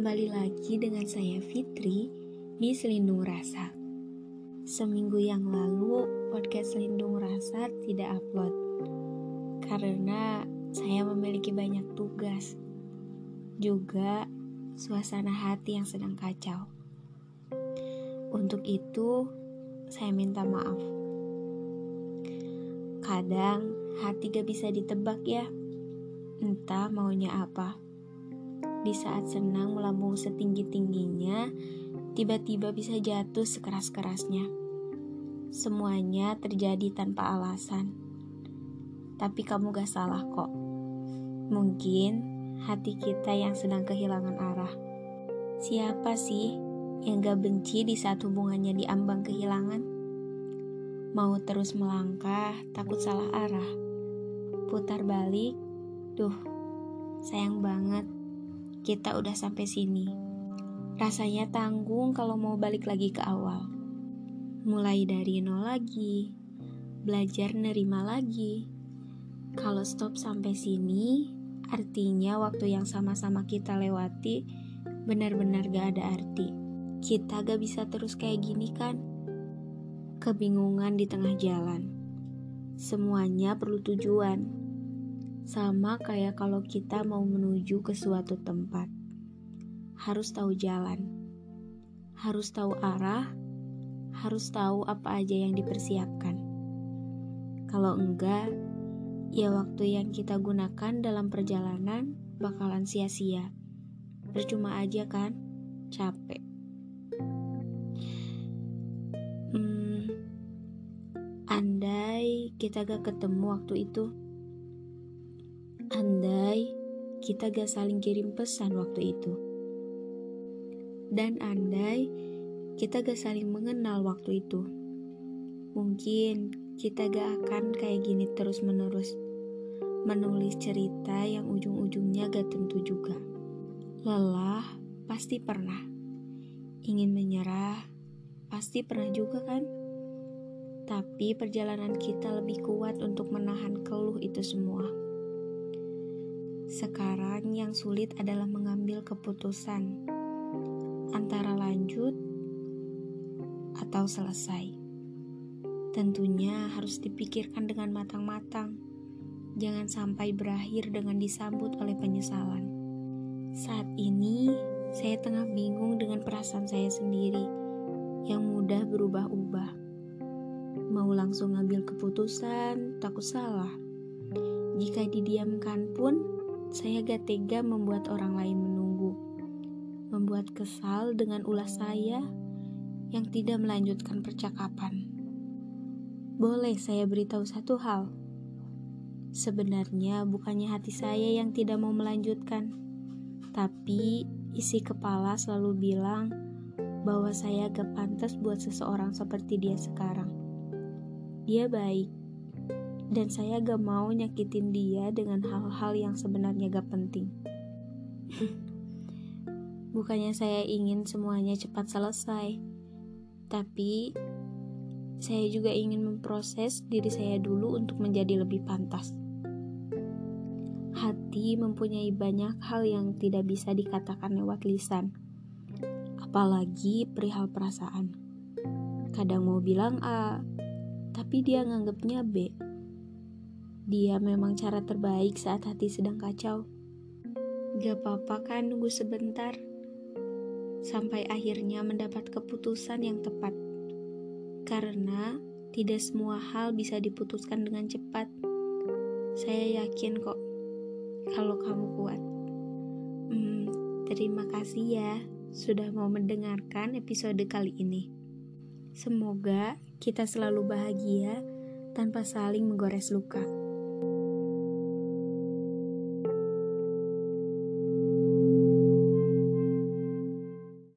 Kembali lagi dengan saya Fitri di Selindung Rasa. Seminggu yang lalu podcast Selindung Rasa tidak upload karena saya memiliki banyak tugas. Juga suasana hati yang sedang kacau. Untuk itu saya minta maaf. Kadang hati gak bisa ditebak ya, entah maunya apa. Di saat senang melambung setinggi-tingginya, tiba-tiba bisa jatuh sekeras-kerasnya. Semuanya terjadi tanpa alasan. Tapi kamu gak salah kok. Mungkin hati kita yang sedang kehilangan arah. Siapa sih yang gak benci di saat hubungannya diambang kehilangan? Mau terus melangkah, takut salah arah. Putar balik, sayang banget. Kita udah sampai sini. Rasanya tanggung kalau mau balik lagi ke awal. Mulai dari nol lagi. Belajar nerima lagi. Kalau stop sampai sini, artinya waktu yang sama-sama kita lewati benar-benar gak ada arti. Kita gak bisa terus kayak gini kan? Kebingungan di tengah jalan. Semuanya perlu tujuan. Sama kayak kalau kita mau menuju ke suatu tempat. Harus tahu jalan. Harus tahu arah. Harus tahu apa aja yang dipersiapkan. Kalau enggak, ya waktu yang kita gunakan dalam perjalanan bakalan sia-sia. Percuma aja kan? Capek. Andai kita gak ketemu waktu itu. Andai kita gak saling kirim pesan waktu itu. Dan andai kita gak saling mengenal waktu itu. Mungkin kita gak akan kayak gini terus-menerus. Menulis cerita yang ujung-ujungnya gak tentu juga. Lelah pasti pernah. Ingin menyerah pasti pernah juga kan? Tapi perjalanan kita lebih kuat untuk menahan keluh itu semua. Sekarang yang sulit adalah mengambil keputusan antara lanjut atau selesai. Tentunya harus dipikirkan dengan matang-matang. Jangan sampai berakhir dengan disambut oleh penyesalan. Saat ini saya tengah bingung dengan perasaan saya sendiri yang mudah berubah-ubah. Mau langsung ngambil keputusan, takut salah. Jika didiamkan pun, saya gak tega membuat orang lain menunggu. Membuat kesal dengan ulah saya yang tidak melanjutkan percakapan. Boleh saya beritahu satu hal? Sebenarnya bukannya hati saya yang tidak mau melanjutkan, tapi isi kepala selalu bilang bahwa saya gak pantas buat seseorang seperti dia sekarang. Dia baik, dan saya gak mau nyakitin dia dengan hal-hal yang sebenarnya gak penting. Bukannya saya ingin semuanya cepat selesai, tapi saya juga ingin memproses diri saya dulu untuk menjadi lebih pantas. Hati mempunyai banyak hal yang tidak bisa dikatakan lewat lisan, apalagi perihal perasaan. Kadang mau bilang A, tapi dia nganggapnya B. Dia memang cara terbaik saat hati sedang kacau. Gak apa-apa kan nunggu sebentar, sampai akhirnya mendapat keputusan yang tepat. Karena tidak semua hal bisa diputuskan dengan cepat. Saya yakin kok, kalau kamu kuat. Terima kasih ya, sudah mau mendengarkan episode kali ini. Semoga kita selalu bahagia tanpa saling menggores luka.